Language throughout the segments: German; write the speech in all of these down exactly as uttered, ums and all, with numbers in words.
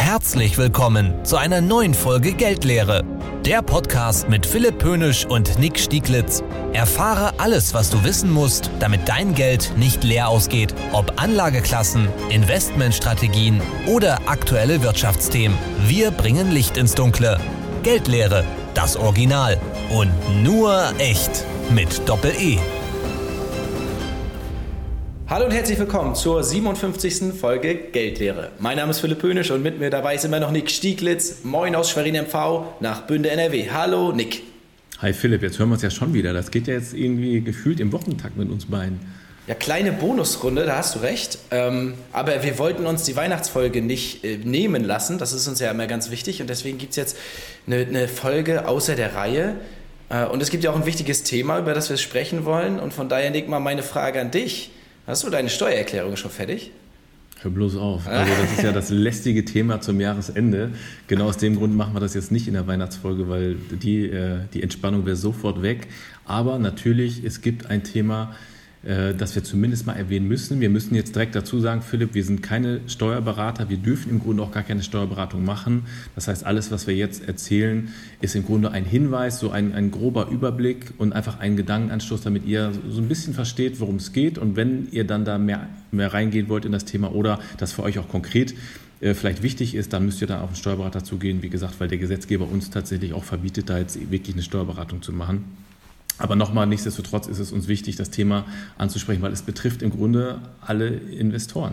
Herzlich willkommen zu einer neuen Folge Geldlehre. Der Podcast mit Philipp Pönisch und Nick Stieglitz. Erfahre alles, was du wissen musst, damit dein Geld nicht leer ausgeht. Ob Anlageklassen, Investmentstrategien oder aktuelle Wirtschaftsthemen. Wir bringen Licht ins Dunkle. Geldlehre, das Original und nur echt mit Doppel-E. Hallo und herzlich willkommen zur siebenundfünfzigsten Folge Geldlehre. Mein Name ist Philipp Pönisch und mit mir dabei ist immer noch Nick Stieglitz. Moin aus Schwerin M V nach Bünde N R W. Hallo Nick. Hi Philipp, jetzt hören wir uns ja schon wieder. Das geht ja jetzt irgendwie gefühlt im Wochentakt mit uns beiden. Ja, kleine Bonusrunde, da hast du recht. Ähm, aber wir wollten uns die Weihnachtsfolge nicht äh, nehmen lassen. Das ist uns ja immer ganz wichtig. Und deswegen gibt es jetzt eine, eine Folge außer der Reihe. Äh, und es gibt ja auch ein wichtiges Thema, über das wir sprechen wollen. Und von daher, Nick, mal meine Frage an dich. Hast du deine Steuererklärung schon fertig? Hör bloß auf. Also das ist ja das lästige Thema zum Jahresende. Genau aus dem Grund machen wir das jetzt nicht in der Weihnachtsfolge, weil die, äh, die Entspannung wäre sofort weg. Aber natürlich, es gibt ein Thema, äh, das wir zumindest mal erwähnen müssen. Wir müssen jetzt direkt dazu sagen, Philipp, wir sind keine Steuerberater. Wir dürfen im Grunde auch gar keine Steuerberatung machen. Das heißt, alles, was wir jetzt erzählen, ist im Grunde ein Hinweis, so ein, ein grober Überblick und einfach ein Gedankenanstoß, damit ihr so ein bisschen versteht, worum es geht. Und wenn ihr dann da mehr, mehr reingehen wollt in das Thema oder das für euch auch konkret äh, vielleicht wichtig ist, dann müsst ihr dann auf einen Steuerberater zugehen, wie gesagt, weil der Gesetzgeber uns tatsächlich auch verbietet, da jetzt wirklich eine Steuerberatung zu machen. Aber nochmal, nichtsdestotrotz ist es uns wichtig, das Thema anzusprechen, weil es betrifft im Grunde alle Investoren.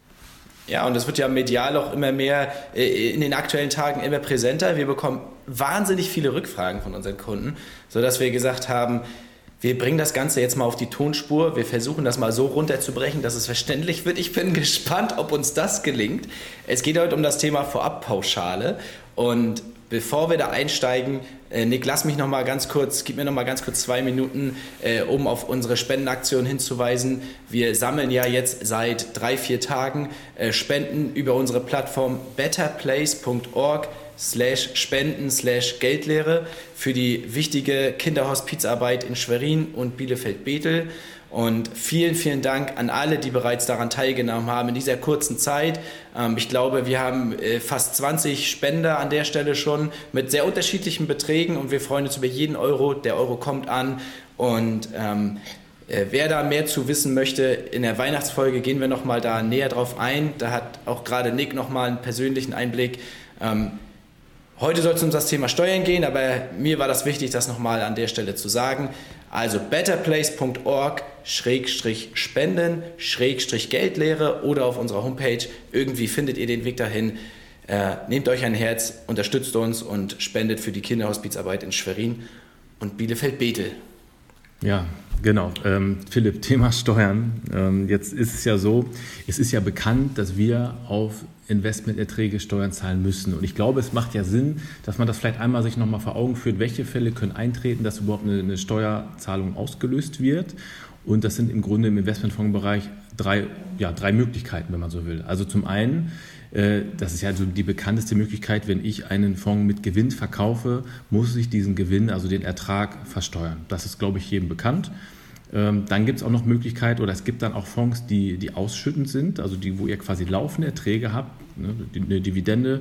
Ja, und es wird ja medial auch immer mehr, in den aktuellen Tagen immer präsenter. Wir bekommen wahnsinnig viele Rückfragen von unseren Kunden, sodass wir gesagt haben, wir bringen das Ganze jetzt mal auf die Tonspur. Wir versuchen das mal so runterzubrechen, dass es verständlich wird. Ich bin gespannt, ob uns das gelingt. Es geht heute um das Thema Vorabpauschale. Und bevor wir da einsteigen, äh, Nick, lass mich noch mal ganz kurz, gib mir noch mal ganz kurz zwei Minuten, äh, um auf unsere Spendenaktion hinzuweisen. Wir sammeln ja jetzt seit drei, vier Tagen äh, Spenden über unsere Plattform betterplace punkt org slash spenden slash Geldlehre für die wichtige Kinderhospizarbeit in Schwerin und Bielefeld-Bethel. Und vielen, vielen Dank an alle, die bereits daran teilgenommen haben in dieser kurzen Zeit. Ähm, ich glaube, wir haben äh, fast zwanzig Spender an der Stelle schon mit sehr unterschiedlichen Beträgen und wir freuen uns über jeden Euro. Der Euro kommt an und ähm, äh, wer da mehr zu wissen möchte, in der Weihnachtsfolge gehen wir nochmal da näher drauf ein. Da hat auch gerade Nick nochmal einen persönlichen Einblick. Ähm, Heute soll es um das Thema Steuern gehen, aber mir war das wichtig, das nochmal an der Stelle zu sagen. Also betterplace punkt org schrägstrich spenden schrägstrich Geldlehre oder auf unserer Homepage. Irgendwie findet ihr den Weg dahin. Äh, nehmt euch ein Herz, unterstützt uns und spendet für die Kinderhospizarbeit in Schwerin und Bielefeld-Bethel. Ja, genau. Ähm, Philipp, Thema Steuern. Ähm, jetzt ist es ja so, es ist ja bekannt, dass wir auf Investmenterträge Steuern zahlen müssen. Und ich glaube, es macht ja Sinn, dass man das vielleicht einmal sich nochmal vor Augen führt, welche Fälle können eintreten, dass überhaupt eine, eine Steuerzahlung ausgelöst wird. Und das sind im Grunde im Investmentfondsbereich drei, ja, drei Möglichkeiten, wenn man so will. Also zum einen, äh, das ist ja so die bekannteste Möglichkeit, wenn ich einen Fonds mit Gewinn verkaufe, muss ich diesen Gewinn, also den Ertrag, versteuern. Das ist, glaube ich, jedem bekannt. Dann gibt es auch noch Möglichkeiten, oder es gibt dann auch Fonds, die, die ausschüttend sind, also die, wo ihr quasi laufende Erträge habt, ne, eine Dividende,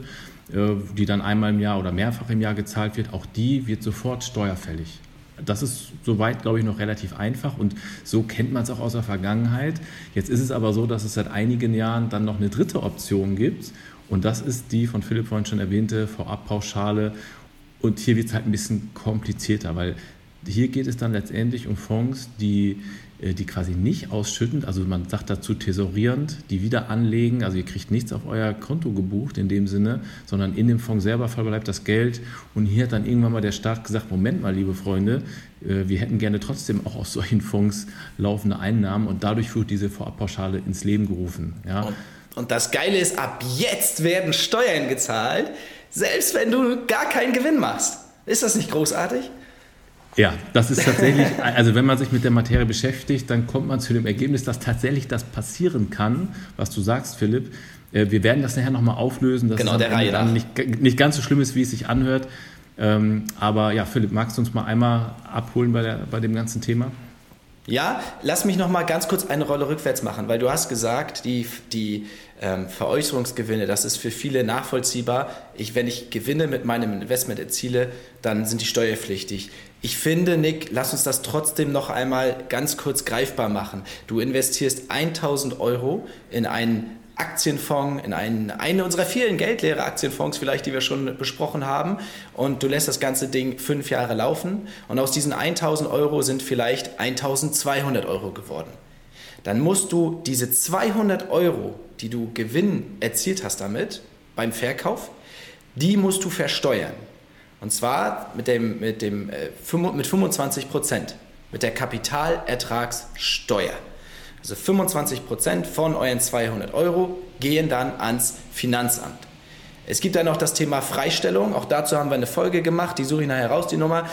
die dann einmal im Jahr oder mehrfach im Jahr gezahlt wird, auch die wird sofort steuerfällig. Das ist soweit, glaube ich, noch relativ einfach und so kennt man es auch aus der Vergangenheit. Jetzt ist es aber so, dass es seit einigen Jahren dann noch eine dritte Option gibt und das ist die von Philipp vorhin schon erwähnte Vorabpauschale und hier wird es halt ein bisschen komplizierter, weil hier geht es dann letztendlich um Fonds, die, die quasi nicht ausschüttend, also man sagt dazu tesorierend, die wieder anlegen, also ihr kriegt nichts auf euer Konto gebucht in dem Sinne, sondern in dem Fonds selber verbleibt das Geld und hier hat dann irgendwann mal der Staat gesagt, Moment mal, liebe Freunde, wir hätten gerne trotzdem auch aus solchen Fonds laufende Einnahmen und dadurch wird diese Vorabpauschale ins Leben gerufen. Ja. Und, und das Geile ist, ab jetzt werden Steuern gezahlt, selbst wenn du gar keinen Gewinn machst. Ist das nicht großartig? Ja, das ist tatsächlich, also wenn man sich mit der Materie beschäftigt, dann kommt man zu dem Ergebnis, dass tatsächlich das passieren kann, was du sagst, Philipp. Wir werden das nachher nochmal auflösen, dass genau, es der Reihe nach. Nicht, nicht ganz so schlimm ist, wie es sich anhört. Aber ja, Philipp, magst du uns mal einmal abholen bei, der, bei dem ganzen Thema? Ja, lass mich noch mal ganz kurz eine Rolle rückwärts machen, weil du hast gesagt, die, die ähm, Veräußerungsgewinne, das ist für viele nachvollziehbar. Ich, wenn ich Gewinne mit meinem Investment erziele, dann sind die steuerpflichtig. Ich finde, Nick, lass uns das trotzdem noch einmal ganz kurz greifbar machen. Du investierst tausend Euro in einen Aktienfonds, in einen, einen unserer vielen Geldlehre-Aktienfonds vielleicht, die wir schon besprochen haben, und du lässt das ganze Ding fünf Jahre laufen und aus diesen tausend Euro sind vielleicht zwölfhundert Euro geworden. Dann musst du diese zweihundert Euro, die du Gewinn erzielt hast damit, beim Verkauf, die musst du versteuern. Und zwar mit, dem, mit, dem, mit fünfundzwanzig Prozent, mit der Kapitalertragssteuer. Also fünfundzwanzig Prozent von euren zweihundert Euro gehen dann ans Finanzamt. Es gibt dann noch das Thema Freistellung. Auch dazu haben wir eine Folge gemacht. Die suche ich nachher raus, die Nummer.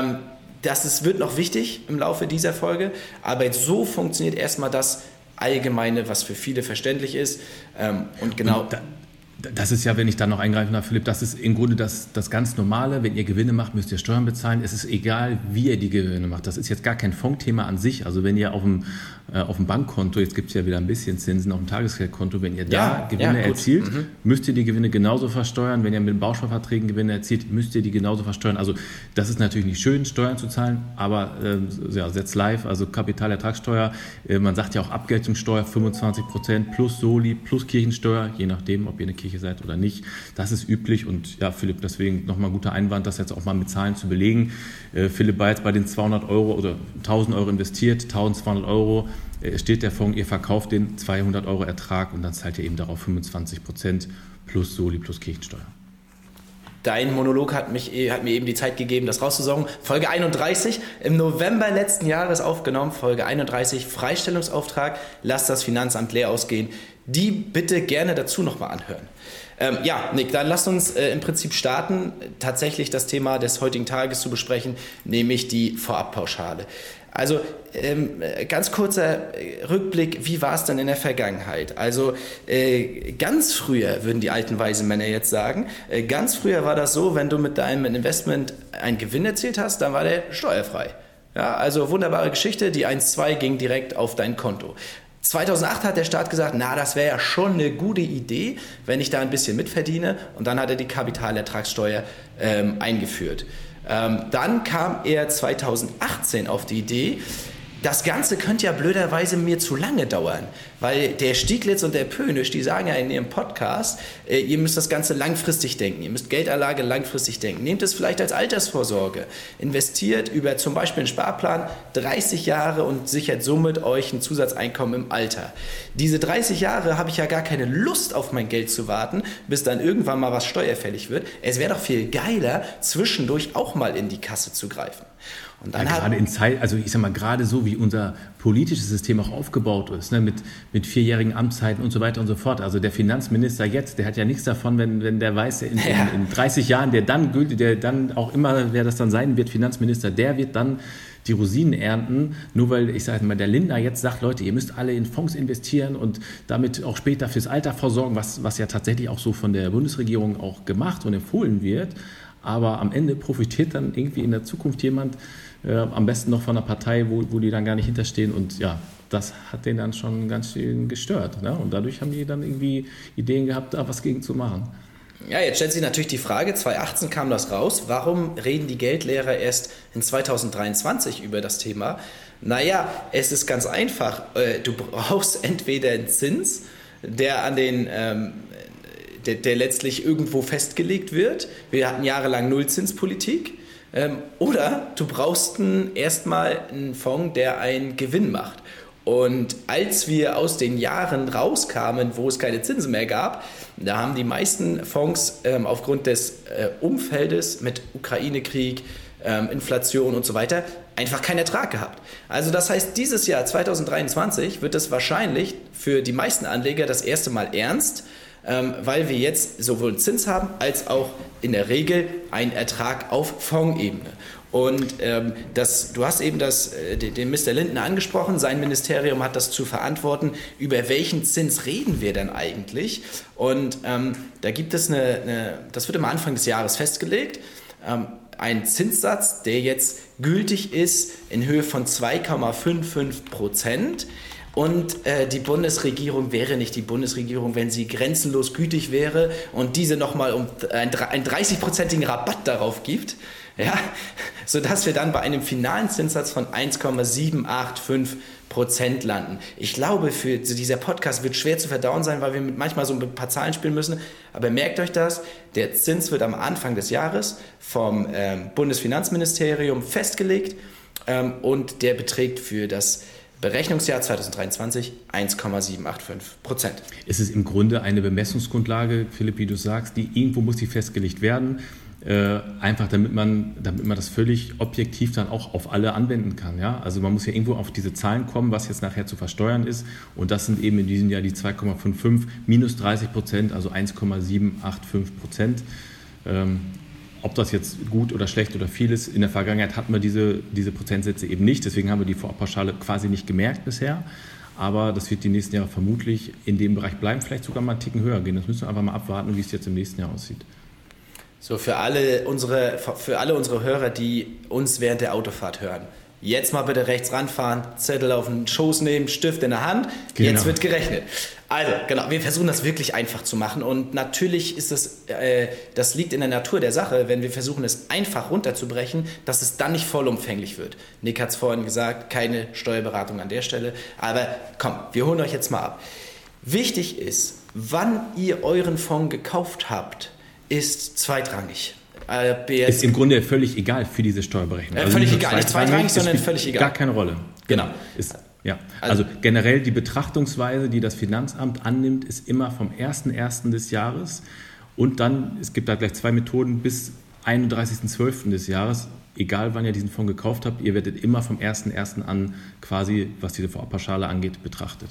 Das ist, wird noch wichtig im Laufe dieser Folge. Aber jetzt so funktioniert erstmal das Allgemeine, was für viele verständlich ist. Und genau... Und da- Das ist ja, wenn ich da noch eingreifen darf, Philipp, das ist im Grunde das, das ganz Normale. Wenn ihr Gewinne macht, müsst ihr Steuern bezahlen. Es ist egal, wie ihr die Gewinne macht. Das ist jetzt gar kein Fondsthema an sich. Also wenn ihr auf dem, äh, auf dem Bankkonto, jetzt gibt es ja wieder ein bisschen Zinsen, auf dem Tagesgeldkonto, wenn ihr da ja, Gewinne ja, erzielt, mhm. müsst ihr die Gewinne genauso versteuern. Wenn ihr mit Bausparverträgen Gewinne erzielt, müsst ihr die genauso versteuern. Also das ist natürlich nicht schön, Steuern zu zahlen, aber äh, ja, setzt live, also Kapitalertragssteuer. Äh, man sagt ja auch Abgeltungssteuer, fünfundzwanzig Prozent plus Soli, plus Kirchensteuer, je nachdem, ob ihr eine Kirche seid oder nicht. Das ist üblich und ja, Philipp, deswegen nochmal ein guter Einwand, das jetzt auch mal mit Zahlen zu belegen. Äh, Philipp war jetzt bei den zweihundert Euro oder tausend Euro investiert, eintausendzweihundert Euro äh, steht der Fonds, ihr verkauft den zweihundert Euro Ertrag und dann zahlt ihr eben darauf fünfundzwanzig Prozent plus Soli plus Kirchensteuer. Dein Monolog hat, mich, hat mir eben die Zeit gegeben, das rauszusagen. Folge einunddreißig, im November letzten Jahres aufgenommen, Folge einunddreißig, Freistellungsauftrag, lass das Finanzamt leer ausgehen. Die bitte gerne dazu nochmal anhören. Ähm, ja, Nick, dann lass uns äh, im Prinzip starten, tatsächlich das Thema des heutigen Tages zu besprechen, nämlich die Vorabpauschale. Also ähm, ganz kurzer Rückblick, wie war es denn in der Vergangenheit? Also äh, ganz früher, würden die alten weisen Männer jetzt sagen, äh, ganz früher war das so, wenn du mit deinem Investment einen Gewinn erzielt hast, dann war der steuerfrei. Ja, also wunderbare Geschichte, die eins Komma zwei ging direkt auf dein Konto. zweitausendacht hat der Staat gesagt, na, das wäre ja schon eine gute Idee, wenn ich da ein bisschen mitverdiene. Und dann hat er die Kapitalertragssteuer ähm, eingeführt. Ähm, dann kam er zweitausendachtzehn auf die Idee, das Ganze könnte ja blöderweise mir zu lange dauern, weil der Stieglitz und der Pönisch, die sagen ja in ihrem Podcast, äh, ihr müsst das Ganze langfristig denken, ihr müsst Geldanlage langfristig denken. Nehmt es vielleicht als Altersvorsorge, investiert über zum Beispiel einen Sparplan dreißig Jahre und sichert somit euch ein Zusatzeinkommen im Alter. Diese dreißig Jahre habe ich ja gar keine Lust auf mein Geld zu warten, bis dann irgendwann mal was steuerfällig wird. Es wäre doch viel geiler, zwischendurch auch mal in die Kasse zu greifen. Und dann ja, gerade in Zeit, also ich sag mal, gerade so wie unser politisches System auch aufgebaut ist, ne, mit, mit vierjährigen Amtszeiten und so weiter und so fort. Also der Finanzminister jetzt, der hat ja nichts davon, wenn, wenn der weiß, in, ja. in, in dreißig Jahren, der dann gültig, der dann auch immer, wer das dann sein wird, Finanzminister, der wird dann die Rosinen ernten, nur weil, ich sage mal, der Lindner jetzt sagt, Leute, ihr müsst alle in Fonds investieren und damit auch später fürs Alter vorsorgen, was, was ja tatsächlich auch so von der Bundesregierung auch gemacht und empfohlen wird. Aber am Ende profitiert dann irgendwie in der Zukunft jemand, äh, am besten noch von einer Partei, wo, wo die dann gar nicht hinterstehen. Und ja, das hat den dann schon ganz schön gestört. Ne? Und dadurch haben die dann irgendwie Ideen gehabt, da was gegen zu machen. Ja, jetzt stellt sich natürlich die Frage, zweitausendachtzehn kam das raus, warum reden die Geldlehrer erst in zweitausenddreiundzwanzig über das Thema? Naja, es ist ganz einfach. Du brauchst entweder einen Zins, der an den... Ähm, Der, der letztlich irgendwo festgelegt wird. Wir hatten jahrelang Nullzinspolitik. Ähm, oder du brauchst einen, erstmal einen Fonds, der einen Gewinn macht. Und als wir aus den Jahren rauskamen, wo es keine Zinsen mehr gab, da haben die meisten Fonds ähm, aufgrund des äh, Umfeldes mit Ukraine-Krieg, ähm, Inflation und so weiter einfach keinen Ertrag gehabt. Also das heißt, dieses Jahr zweitausenddreiundzwanzig wird es wahrscheinlich für die meisten Anleger das erste Mal ernst, Ähm, weil wir jetzt sowohl Zins haben, als auch in der Regel einen Ertrag auf Fondsebene. Und ähm, das, du hast eben das, äh, den, den Mister Lindner angesprochen, sein Ministerium hat das zu verantworten, über welchen Zins reden wir denn eigentlich? Und ähm, da gibt es eine, eine, das wird am Anfang des Jahres festgelegt, ähm, einen Zinssatz, der jetzt gültig ist in Höhe von zwei Komma fünfundfünfzig Prozent. Und äh, die Bundesregierung wäre nicht die Bundesregierung, wenn sie grenzenlos gütig wäre und diese nochmal um einen dreißig-prozentigen Rabatt darauf gibt, ja, sodass wir dann bei einem finalen Zinssatz von eins Komma siebenhundertfünfundachtzig Prozent landen. Ich glaube, für dieser Podcast wird schwer zu verdauen sein, weil wir mit manchmal so ein paar Zahlen spielen müssen. Aber merkt euch das, der Zins wird am Anfang des Jahres vom ähm, Bundesfinanzministerium festgelegt ähm, und der beträgt für das Berechnungsjahr zwanzig dreiundzwanzig eins Komma siebenhundertfünfundachtzig Prozent. Es ist im Grunde eine Bemessungsgrundlage, Philipp, wie du sagst, die irgendwo muss die festgelegt werden, äh, einfach damit man, damit man das völlig objektiv dann auch auf alle anwenden kann. Ja? Also man muss ja irgendwo auf diese Zahlen kommen, was jetzt nachher zu versteuern ist, und das sind eben in diesem Jahr die zwei Komma fünfundfünfzig minus dreißig Prozent, also eins Komma siebenhundertfünfundachtzig Prozent. Ähm, Ob das jetzt gut oder schlecht oder viel ist, in der Vergangenheit hatten wir diese, diese Prozentsätze eben nicht. Deswegen haben wir die Vorabpauschale quasi nicht gemerkt bisher. Aber das wird die nächsten Jahre vermutlich in dem Bereich bleiben, vielleicht sogar mal einen Ticken höher gehen. Das müssen wir einfach mal abwarten, wie es jetzt im nächsten Jahr aussieht. So, für alle unsere, für alle unsere Hörer, die uns während der Autofahrt hören. Jetzt mal bitte rechts ranfahren, Zettel auf den Schoß nehmen, Stift in der Hand. Genau. Jetzt wird gerechnet. Also, genau, wir versuchen das wirklich einfach zu machen. Und natürlich ist es, äh, das liegt in der Natur der Sache, wenn wir versuchen, es einfach runterzubrechen, dass es dann nicht vollumfänglich wird. Nick hat es vorhin gesagt, keine Steuerberatung an der Stelle. Aber komm, wir holen euch jetzt mal ab. Wichtig ist, wann ihr euren Fonds gekauft habt, ist zweitrangig. Äh, ist im Grunde völlig egal für diese Steuerberechnung. Äh, also völlig egal, nicht zweitrangig, sondern völlig egal. Gar keine Rolle. Genau. Ist, ja. Also, also generell die Betrachtungsweise, die das Finanzamt annimmt, ist immer vom ersten ersten des Jahres und dann, es gibt da gleich zwei Methoden, bis einunddreißigsten zwölften des Jahres, egal wann ihr diesen Fonds gekauft habt, ihr werdet immer vom ersten ersten an quasi, was diese Vorabpauschale angeht, betrachtet.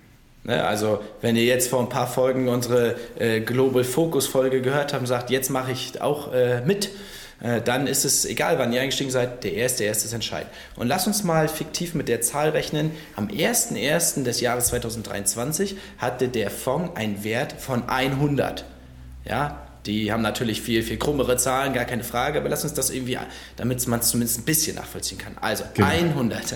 Also wenn ihr jetzt vor ein paar Folgen unsere äh, Global Focus Folge gehört habt und sagt, jetzt mache ich auch äh, mit, äh, dann ist es egal, wann ihr eingestiegen seid, der erste erste ist entscheidend. Und lasst uns mal fiktiv mit der Zahl rechnen. Am ersten ersten des Jahres zwanzig dreiundzwanzig hatte der Fonds einen Wert von hundert. Ja, die haben natürlich viel, viel krummere Zahlen, gar keine Frage, aber lasst uns das irgendwie, damit man es zumindest ein bisschen nachvollziehen kann. Also genau. hundert.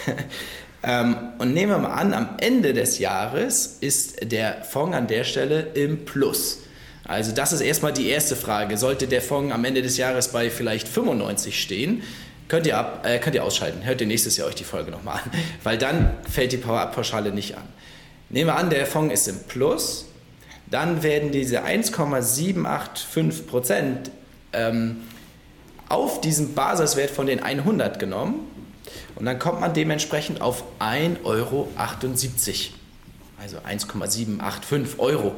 Ähm, und nehmen wir mal an, am Ende des Jahres ist der Fonds an der Stelle im Plus. Also das ist erstmal die erste Frage. Sollte der Fonds am Ende des Jahres bei vielleicht fünfundneunzig stehen, könnt ihr, ab, äh, könnt ihr ausschalten. Hört ihr nächstes Jahr euch die Folge nochmal an, weil dann fällt die Pauschale nicht an. Nehmen wir an, der Fonds ist im Plus, dann werden diese eins Komma siebenhundertfünfundachtzig Prozent ähm, auf diesen Basiswert von den hundert genommen. Und dann kommt man dementsprechend auf ein Euro achtundsiebzig, also eins Komma siebenhundertfünfundachtzig Euro.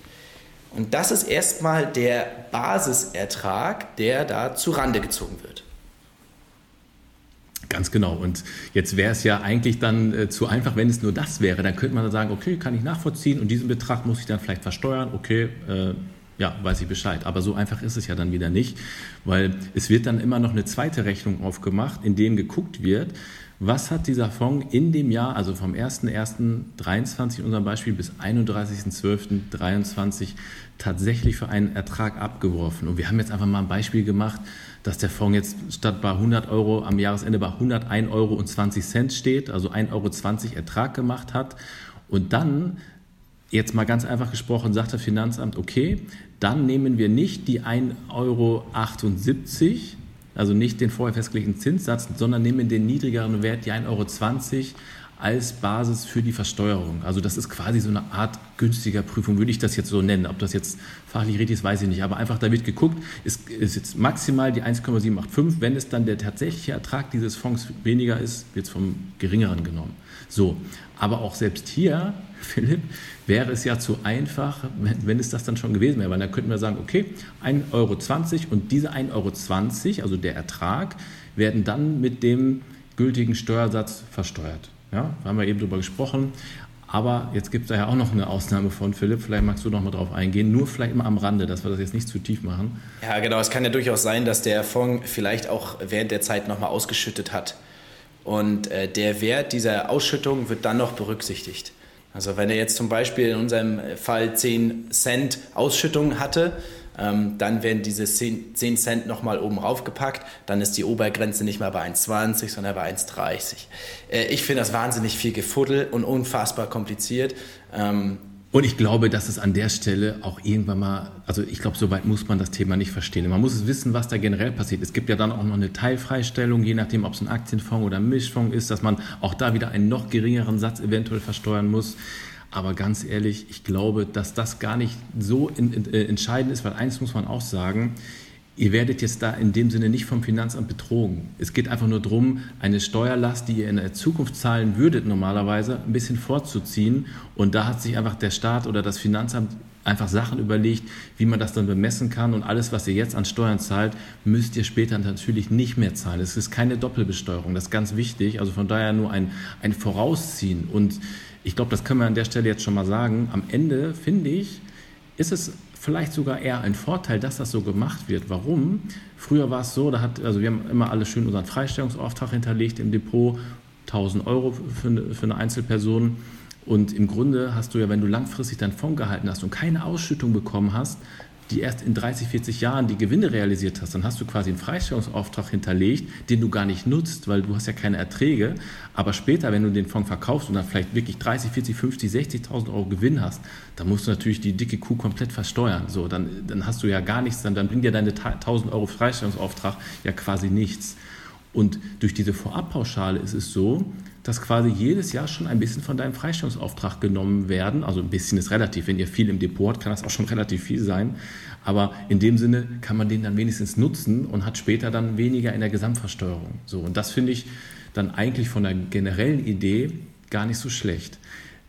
Und das ist erstmal der Basisertrag, der da zu Rande gezogen wird. Ganz genau. Und jetzt wäre es ja eigentlich dann äh, zu einfach, wenn es nur das wäre. Dann könnte man dann sagen, okay, kann ich nachvollziehen und diesen Betrag muss ich dann vielleicht versteuern. Okay, äh, ja, weiß ich Bescheid. Aber so einfach ist es ja dann wieder nicht, weil es wird dann immer noch eine zweite Rechnung aufgemacht, in dem geguckt wird, was hat dieser Fonds in dem Jahr, also vom ersten ersten dreiundzwanzig in unserem Beispiel bis einunddreißigsten zwölften dreiundzwanzig tatsächlich für einen Ertrag abgeworfen. Und wir haben jetzt einfach mal ein Beispiel gemacht, dass der Fonds jetzt statt bei hundert Euro am Jahresende bei hundertein Euro und zwanzig Cent steht, also ein Euro zwanzig Ertrag gemacht hat. Und dann, jetzt mal ganz einfach gesprochen, sagt das Finanzamt, okay, dann nehmen wir nicht die ein Euro achtundsiebzig, also nicht den vorher festgelegten Zinssatz, sondern nehmen den niedrigeren Wert, die ein Euro zwanzig, als Basis für die Versteuerung. Also das ist quasi so eine Art günstiger Prüfung, würde ich das jetzt so nennen. Ob das jetzt fachlich richtig ist, weiß ich nicht. Aber einfach, da wird geguckt, ist, ist jetzt maximal die eins Komma siebenhundertfünfundachtzig. Wenn es dann der tatsächliche Ertrag dieses Fonds weniger ist, wird es vom geringeren genommen. So, aber auch selbst hier, Philipp, wäre es ja zu einfach, wenn, wenn es das dann schon gewesen wäre. Weil dann könnten wir sagen, okay, ein Euro zwanzig und diese ein Euro zwanzig, also der Ertrag, werden dann mit dem gültigen Steuersatz versteuert. Ja, da haben wir eben drüber gesprochen. Aber jetzt gibt es da ja auch noch eine Ausnahme von, Philipp. Vielleicht magst du noch mal drauf eingehen. Nur vielleicht mal am Rande, dass wir das jetzt nicht zu tief machen. Ja, genau. Es kann ja durchaus sein, dass der Fonds vielleicht auch während der Zeit noch mal ausgeschüttet hat. Und äh, der Wert dieser Ausschüttung wird dann noch berücksichtigt. Also wenn er jetzt zum Beispiel in unserem Fall zehn Cent Ausschüttung hatte, ähm, dann werden diese zehn Cent nochmal oben raufgepackt, dann ist die Obergrenze nicht mehr bei eins zwanzig, sondern bei eins dreißig. Äh, ich finde das wahnsinnig viel Gefuddel und unfassbar kompliziert. Ähm, Und ich glaube, dass es an der Stelle auch irgendwann mal, also ich glaube, soweit muss man das Thema nicht verstehen. Man muss es wissen, was da generell passiert. Es gibt ja dann auch noch eine Teilfreistellung, je nachdem, ob es ein Aktienfonds oder ein Mischfonds ist, dass man auch da wieder einen noch geringeren Satz eventuell versteuern muss. Aber ganz ehrlich, ich glaube, dass das gar nicht so in, in, äh, entscheidend ist, weil eins muss man auch sagen, ihr werdet jetzt da in dem Sinne nicht vom Finanzamt betrogen. Es geht einfach nur darum, eine Steuerlast, die ihr in der Zukunft zahlen würdet normalerweise, ein bisschen vorzuziehen. Und da hat sich einfach der Staat oder das Finanzamt einfach Sachen überlegt, wie man das dann bemessen kann. Und alles, was ihr jetzt an Steuern zahlt, müsst ihr später natürlich nicht mehr zahlen. Es ist keine Doppelbesteuerung, das ist ganz wichtig. Also von daher nur ein, ein Vorausziehen. Und ich glaube, das können wir an der Stelle jetzt schon mal sagen. Am Ende, finde ich, ist es vielleicht sogar eher ein Vorteil, dass das so gemacht wird. Warum? Früher war es so, da hat, also wir haben immer alle schön unseren Freistellungsauftrag hinterlegt im Depot, tausend Euro für eine, für eine Einzelperson. Und im Grunde hast du ja, wenn du langfristig deinen Fonds gehalten hast und keine Ausschüttung bekommen hast, die erst in dreißig, vierzig Jahren die Gewinne realisiert hast, dann hast du quasi einen Freistellungsauftrag hinterlegt, den du gar nicht nutzt, weil du hast ja keine Erträge. Aber später, wenn du den Fonds verkaufst und dann vielleicht wirklich dreißig, vierzig, fünfzig, sechzigtausend Euro Gewinn hast, dann musst du natürlich die dicke Kuh komplett versteuern. So, dann, dann hast du ja gar nichts, dann, dann bringt dir deine tausend Euro Freistellungsauftrag ja quasi nichts. Und durch diese Vorabpauschale ist es so, dass quasi jedes Jahr schon ein bisschen von deinem Freistellungsauftrag genommen werden. Also ein bisschen ist relativ. Wenn ihr viel im Depot habt, kann das auch schon relativ viel sein. Aber in dem Sinne kann man den dann wenigstens nutzen und hat später dann weniger in der Gesamtversteuerung. So, und das finde ich dann eigentlich von der generellen Idee gar nicht so schlecht.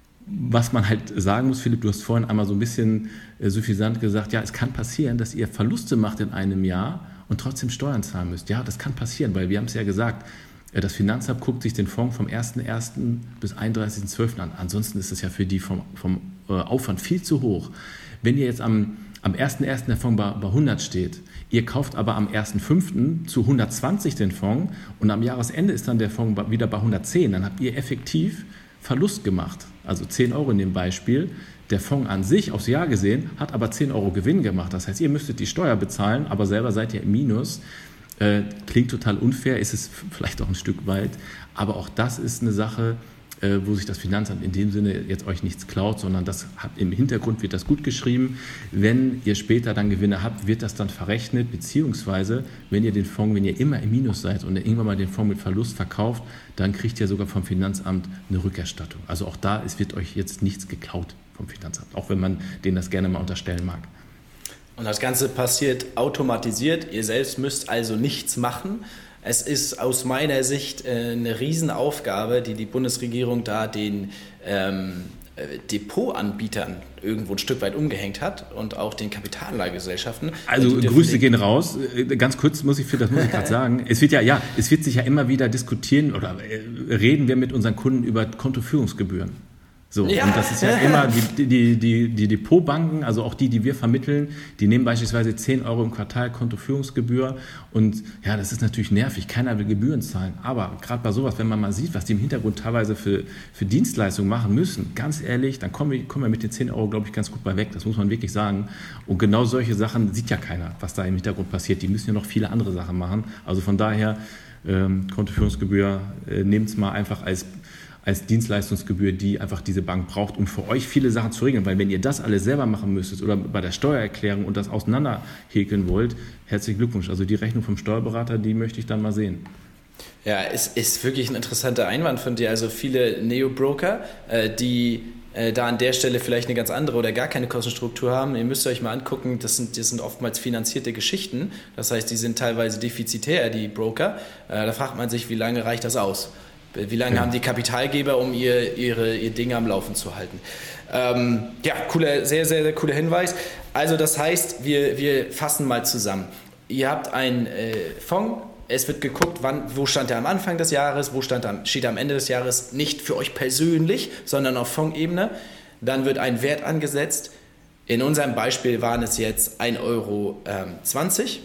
Was man halt sagen muss, Philipp, du hast vorhin einmal so ein bisschen äh, suffisant gesagt, ja, es kann passieren, dass ihr Verluste macht in einem Jahr und trotzdem Steuern zahlen müsst. Ja, das kann passieren, weil wir haben es ja gesagt, das Finanzamt guckt sich den Fonds vom ersten ersten bis einunddreißigsten zwölften an. Ansonsten ist es ja für die vom, vom äh, Aufwand viel zu hoch. Wenn ihr jetzt am, am ersten ersten der Fonds bei, bei hundert steht, ihr kauft aber am ersten fünften zu hundertzwanzig den Fonds und am Jahresende ist dann der Fonds wieder bei hundertzehn, dann habt ihr effektiv Verlust gemacht. Also zehn Euro in dem Beispiel. Der Fonds an sich aufs Jahr gesehen hat aber zehn Euro Gewinn gemacht. Das heißt, ihr müsstet die Steuer bezahlen, aber selber seid ihr im Minus. Äh, klingt total unfair, ist es vielleicht auch ein Stück weit. Aber auch das ist eine Sache, äh, wo sich das Finanzamt in dem Sinne jetzt euch nichts klaut, sondern das hat, im Hintergrund wird das gut geschrieben. Wenn ihr später dann Gewinne habt, wird das dann verrechnet, beziehungsweise wenn ihr den Fonds, wenn ihr immer im Minus seid und irgendwann mal den Fonds mit Verlust verkauft, dann kriegt ihr sogar vom Finanzamt eine Rückerstattung. Also auch da, es wird euch jetzt nichts geklaut vom Finanzamt, auch wenn man denen das gerne mal unterstellen mag. Und das Ganze passiert automatisiert. Ihr selbst müsst also nichts machen. Es ist aus meiner Sicht äh, eine Riesenaufgabe, die die Bundesregierung da den ähm, äh, Depotanbietern irgendwo ein Stück weit umgehängt hat und auch den Kapitalanlagegesellschaften. Also Grüße gehen raus. Ganz kurz muss ich für das muss ich gerade sagen. Es wird ja, ja, es wird sich ja immer wieder diskutieren oder äh, reden wir mit unseren Kunden über Kontoführungsgebühren. So, ja. Und das ist ja immer, die, die, die, die Depotbanken, also auch die, die wir vermitteln, die nehmen beispielsweise zehn Euro im Quartal Kontoführungsgebühr und ja, das ist natürlich nervig, keiner will Gebühren zahlen, aber gerade bei sowas, wenn man mal sieht, was die im Hintergrund teilweise für, für Dienstleistungen machen müssen, ganz ehrlich, dann kommen wir, kommen wir mit den zehn Euro, glaube ich, ganz gut bei weg, das muss man wirklich sagen. Und genau solche Sachen sieht ja keiner, was da im Hintergrund passiert, die müssen ja noch viele andere Sachen machen, also von daher, ähm, Kontoführungsgebühr, äh, nehmt es mal einfach als als Dienstleistungsgebühr, die einfach diese Bank braucht, um für euch viele Sachen zu regeln. Weil wenn ihr das alles selber machen müsstet oder bei der Steuererklärung und das auseinanderhäkeln wollt, herzlichen Glückwunsch. Also die Rechnung vom Steuerberater, die möchte ich dann mal sehen. Ja, es ist wirklich ein interessanter Einwand von dir. Also viele Neo-Broker, äh, die äh, da an der Stelle vielleicht eine ganz andere oder gar keine Kostenstruktur haben. Ihr müsst euch mal angucken, das sind, das sind oftmals finanzierte Geschichten. Das heißt, die sind teilweise defizitär, die Broker. Äh, da fragt man sich, wie lange reicht das aus? Wie lange ja. haben die Kapitalgeber, um ihr, ihre, ihr Ding am Laufen zu halten? Ähm, ja, cooler, sehr, sehr, sehr cooler Hinweis. Also das heißt, wir, wir fassen mal zusammen. Ihr habt einen äh, Fonds, es wird geguckt, wann, wo stand er am Anfang des Jahres, wo stand er, steht er am Ende des Jahres, nicht für euch persönlich, sondern auf Fondsebene. Dann wird ein Wert angesetzt. In unserem Beispiel waren es jetzt ein Euro zwanzig.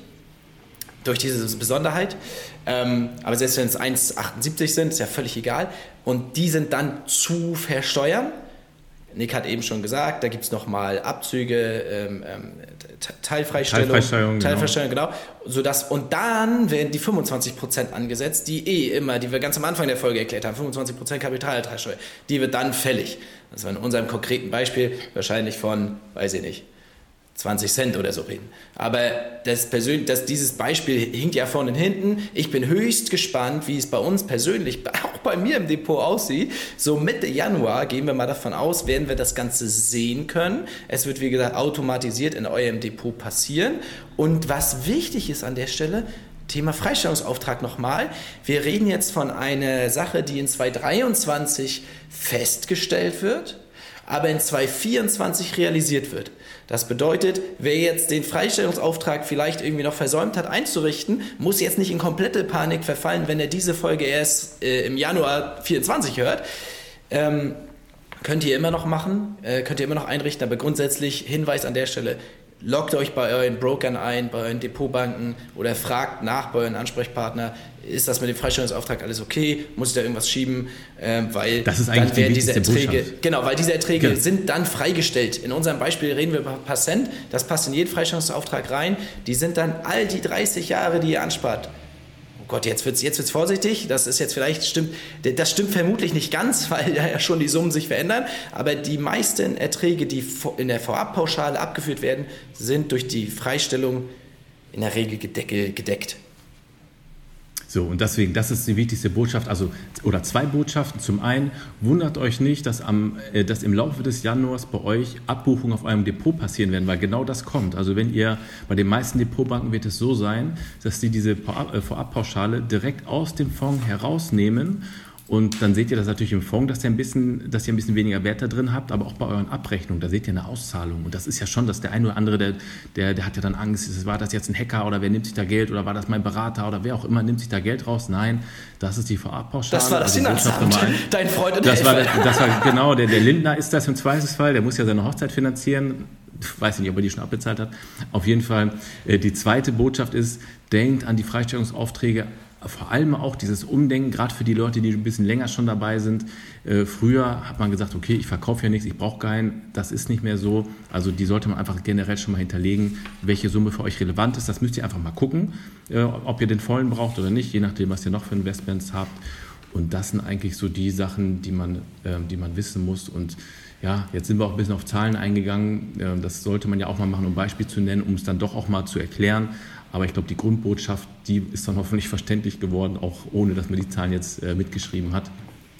Durch diese Besonderheit. Ähm, aber selbst wenn es eins Komma achtundsiebzig sind, ist ja völlig egal. Und die sind dann zu versteuern. Nick hat eben schon gesagt, da gibt es nochmal Abzüge, ähm, ähm, Teilfreistellung, Teilfreistellung, Teilfreistellung genau. genau. Sodass, und dann werden die fünfundzwanzig Prozent angesetzt, die eh immer, die wir ganz am Anfang der Folge erklärt haben, fünfundzwanzig Prozent Kapitalertragssteuer, die wird dann fällig. Das war in unserem konkreten Beispiel wahrscheinlich von, weiß ich nicht, zwanzig Cent oder so reden. Aber das persönlich, das, dieses Beispiel hinkt ja vorne und hinten. Ich bin höchst gespannt, wie es bei uns persönlich, auch bei mir im Depot aussieht. So Mitte Januar, gehen wir mal davon aus, werden wir das Ganze sehen können. Es wird, wie gesagt, automatisiert in eurem Depot passieren. Und was wichtig ist an der Stelle, Thema Freistellungsauftrag nochmal. Wir reden jetzt von einer Sache, die in zwanzig dreiundzwanzig festgestellt wird, aber in zwanzig vierundzwanzig realisiert wird. Das bedeutet, wer jetzt den Freistellungsauftrag vielleicht irgendwie noch versäumt hat einzurichten, muss jetzt nicht in komplette Panik verfallen, wenn er diese Folge erst äh, im Januar vierundzwanzig hört. Ähm, könnt ihr immer noch machen, äh, könnt ihr immer noch einrichten, aber grundsätzlich Hinweis an der Stelle, loggt euch bei euren Brokern ein, bei euren Depotbanken oder fragt nach bei euren Ansprechpartner, ist das mit dem Freistellungsauftrag alles okay? Muss ich da irgendwas schieben? Ähm, weil das ist eigentlich dann werden die diese Erträge, Botschaft. Genau, weil diese Erträge genau. sind dann freigestellt. In unserem Beispiel reden wir über ein paar Cent, das passt in jeden Freistellungsauftrag rein. Die sind dann all die dreißig Jahre, die ihr anspart. Oh Gott, jetzt wird's, jetzt wird's vorsichtig. Das ist jetzt vielleicht, stimmt, das stimmt vermutlich nicht ganz, weil ja schon die Summen sich verändern. Aber die meisten Erträge, die in der Vorabpauschale abgeführt werden, sind durch die Freistellung in der Regel gedeckt. So, und deswegen, das ist die wichtigste Botschaft, also, oder zwei Botschaften. Zum einen, wundert euch nicht, dass, am, äh, dass im Laufe des Januars bei euch Abbuchungen auf eurem Depot passieren werden, weil genau das kommt. Also wenn ihr, bei den meisten Depotbanken wird es so sein, dass die diese Vorabpauschale direkt aus dem Fonds herausnehmen. Und dann seht ihr das natürlich im Fonds, dass ihr ein bisschen, dass ihr ein bisschen weniger Wert da drin habt, aber auch bei euren Abrechnungen, da seht ihr eine Auszahlung. Und das ist ja schon, dass der eine oder andere, der, der, der hat ja dann Angst, war das jetzt ein Hacker oder wer nimmt sich da Geld oder war das mein Berater oder wer auch immer nimmt sich da Geld raus. Nein, das ist die Vorabpauschale. Das war das Finanzamt, dein Freund und das war, das war genau, der, der Lindner ist das im Zweifelsfall, der muss ja seine Hochzeit finanzieren. Ich weiß nicht, ob er die schon abbezahlt hat. Auf jeden Fall, äh, die zweite Botschaft ist, denkt an die Freistellungsaufträge, vor allem auch dieses Umdenken, gerade für die Leute, die ein bisschen länger schon dabei sind. Äh, früher hat man gesagt, okay, ich verkaufe ja nichts, ich brauche keinen. Das ist nicht mehr so. Also die sollte man einfach generell schon mal hinterlegen, welche Summe für euch relevant ist. Das müsst ihr einfach mal gucken, äh, ob ihr den vollen braucht oder nicht, je nachdem, was ihr noch für Investments habt. Und das sind eigentlich so die Sachen, die man, äh, die man wissen muss. Und ja, jetzt sind wir auch ein bisschen auf Zahlen eingegangen. Äh, das sollte man ja auch mal machen, um ein Beispiel zu nennen, um es dann doch auch mal zu erklären. Aber ich glaube, die Grundbotschaft, die ist dann hoffentlich verständlich geworden, auch ohne, dass man die Zahlen jetzt äh, mitgeschrieben hat.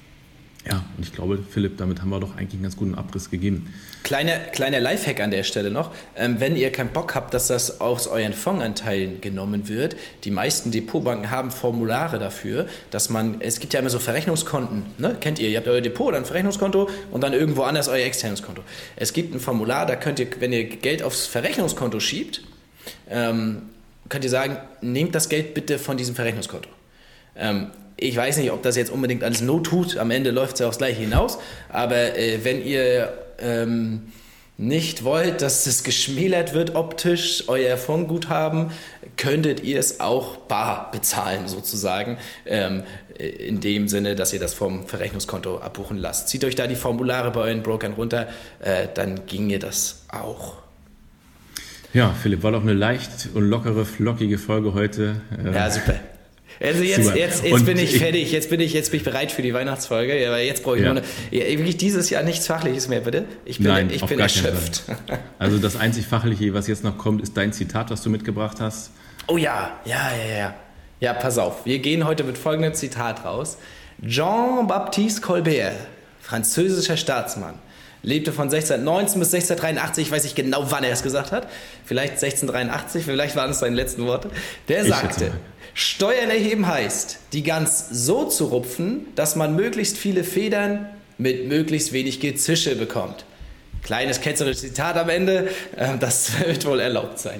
Ja, und ich glaube, Philipp, damit haben wir doch eigentlich einen ganz guten Abriss gegeben. Kleiner, kleiner Lifehack an der Stelle noch. Ähm, wenn ihr keinen Bock habt, dass das aus euren Fondsanteilen genommen wird, die meisten Depotbanken haben Formulare dafür, dass man, es gibt ja immer so Verrechnungskonten, ne? Kennt ihr, ihr habt euer Depot, dann ein Verrechnungskonto und dann irgendwo anders euer externes Konto. Es gibt ein Formular, da könnt ihr, wenn ihr Geld aufs Verrechnungskonto schiebt, ähm, könnt ihr sagen, nehmt das Geld bitte von diesem Verrechnungskonto. Ähm, ich weiß nicht, ob das jetzt unbedingt alles Not tut, am Ende läuft es ja aufs Gleiche hinaus, aber äh, wenn ihr ähm, nicht wollt, dass es geschmälert wird optisch, euer Fondsguthaben, könntet ihr es auch bar bezahlen sozusagen, ähm, in dem Sinne, dass ihr das vom Verrechnungskonto abbuchen lasst. Zieht euch da die Formulare bei euren Brokern runter, äh, dann ginge das auch. Ja, Philipp, war doch eine leicht und lockere, flockige Folge heute. Ja, super. Also jetzt, jetzt, jetzt bin ich fertig, jetzt bin ich, jetzt bin ich bereit für die Weihnachtsfolge, ja, weil jetzt brauche ich ja. nur eine, ja, wirklich dieses Jahr nichts Fachliches mehr, bitte. Ich bin, Nein, ich auf bin gar erschöpft. Also das einzig Fachliche, was jetzt noch kommt, ist dein Zitat, was du mitgebracht hast. Oh ja, ja, ja, ja. Ja, pass auf, wir gehen heute mit folgendem Zitat raus. Jean-Baptiste Colbert, französischer Staatsmann, lebte von sechzehnhundertneunzehn bis sechzehnhundertdreiundachtzig, ich weiß nicht genau, wann er es gesagt hat, vielleicht sechzehnhundertdreiundachtzig, vielleicht waren es seine letzten Worte. Der sagte, Steuern erheben heißt, die Gans so zu rupfen, dass man möglichst viele Federn mit möglichst wenig Gezische bekommt. Kleines ketzerisches Zitat am Ende, das wird wohl erlaubt sein.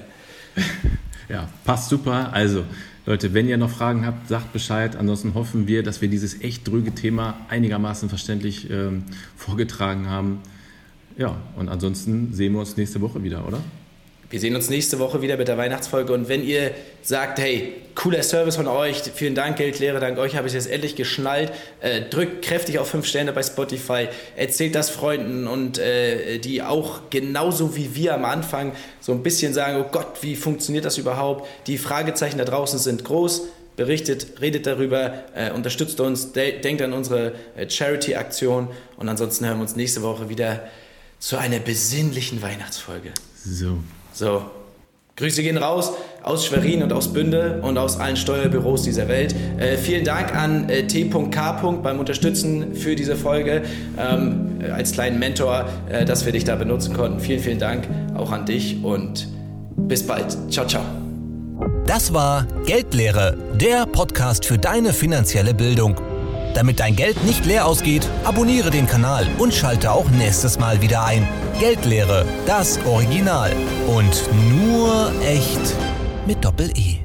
Ja, passt super. Also Leute, wenn ihr noch Fragen habt, sagt Bescheid. Ansonsten hoffen wir, dass wir dieses echt dröge Thema einigermaßen verständlich ähm, vorgetragen haben. Ja, und ansonsten sehen wir uns nächste Woche wieder, oder? Wir sehen uns nächste Woche wieder mit der Weihnachtsfolge und wenn ihr sagt, hey, cooler Service von euch, vielen Dank Geldlehre, dank euch habe ich es jetzt endlich geschnallt, äh, drückt kräftig auf fünf Sterne bei Spotify, erzählt das Freunden und äh, die auch genauso wie wir am Anfang so ein bisschen sagen, oh Gott, wie funktioniert das überhaupt? Die Fragezeichen da draußen sind groß. Berichtet, redet darüber, äh, unterstützt uns, de- denkt an unsere äh, Charity-Aktion und ansonsten hören wir uns nächste Woche wieder zu einer besinnlichen Weihnachtsfolge. So. So, Grüße gehen raus aus Schwerin und aus Bünde und aus allen Steuerbüros dieser Welt. Äh, vielen Dank an äh, T K beim Unterstützen für diese Folge, ähm, äh, als kleinen Mentor, äh, dass wir dich da benutzen konnten. Vielen, vielen Dank auch an dich und bis bald. Ciao, ciao. Das war Geldlehre, der Podcast für deine finanzielle Bildung. Damit dein Geld nicht leer ausgeht, abonniere den Kanal und schalte auch nächstes Mal wieder ein. Geldlehre, das Original. Und nur echt mit Doppel-E.